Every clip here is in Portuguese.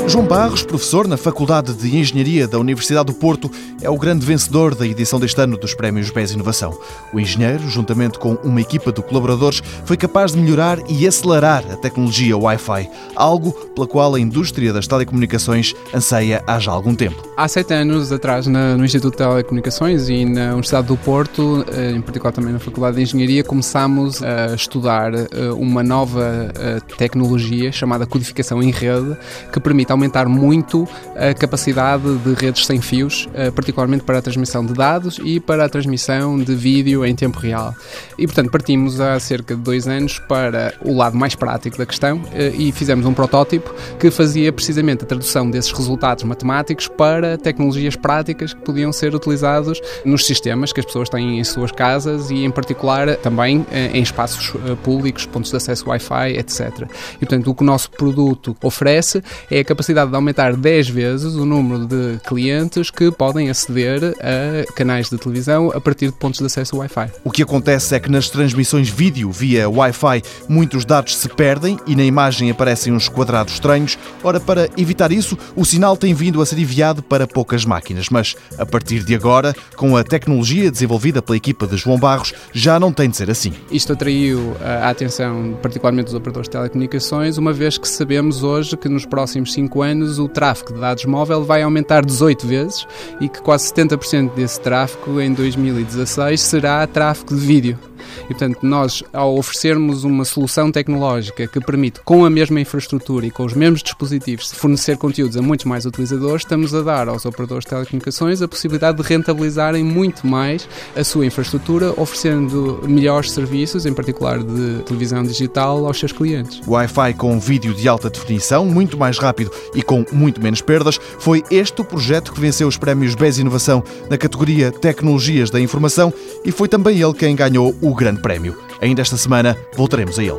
João Barros, professor na Faculdade de Engenharia da Universidade do Porto, é o grande vencedor da edição deste ano dos Prémios BES Inovação. O engenheiro, juntamente com uma equipa de colaboradores, foi capaz de melhorar e acelerar a tecnologia Wi-Fi, algo pela qual a indústria das telecomunicações anseia há já algum tempo. Há 7 anos atrás, no Instituto de Telecomunicações e na Universidade do Porto, em particular também na Faculdade de Engenharia, começámos a estudar uma nova tecnologia chamada codificação em rede, que permite aumentar muito a capacidade de redes sem fios, particularmente para a transmissão de dados e para a transmissão de vídeo em tempo real. E, portanto, partimos há cerca de 2 anos para o lado mais prático da questão e fizemos um protótipo que fazia precisamente a tradução desses resultados matemáticos para tecnologias práticas que podiam ser utilizados nos sistemas que as pessoas têm em suas casas e, em particular, também em espaços públicos, pontos de acesso Wi-Fi, etc. E, portanto, o que o nosso produto oferece é a capacidade de aumentar 10 vezes o número de clientes que podem aceder a canais de televisão a partir de pontos de acesso Wi-Fi. O que acontece é que nas transmissões vídeo via Wi-Fi muitos dados se perdem e na imagem aparecem uns quadrados estranhos. Ora, para evitar isso, o sinal tem vindo a ser enviado para poucas máquinas, mas a partir de agora, com a tecnologia desenvolvida pela equipa de João Barros, já não tem de ser assim. Isto atraiu a atenção particularmente dos operadores de telecomunicações, uma vez que sabemos hoje que nos próximos 5 anos o tráfego de dados móvel vai aumentar 18 vezes e que quase 70% desse tráfego em 2016 será tráfego de vídeo. E, portanto, nós, ao oferecermos uma solução tecnológica que permite, com a mesma infraestrutura e com os mesmos dispositivos, fornecer conteúdos a muitos mais utilizadores, estamos a dar aos operadores de telecomunicações a possibilidade de rentabilizarem muito mais a sua infraestrutura, oferecendo melhores serviços, em particular de televisão digital, aos seus clientes. Wi-Fi com vídeo de alta definição, muito mais rápido e com muito menos perdas, foi este o projeto que venceu os prémios BES Inovação na categoria Tecnologias da Informação e foi também ele quem ganhou o grande prémio. Ainda esta semana voltaremos a ele.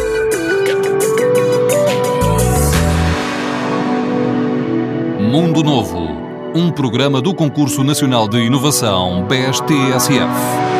Mundo Novo, um programa do Concurso Nacional de Inovação BES-TSF.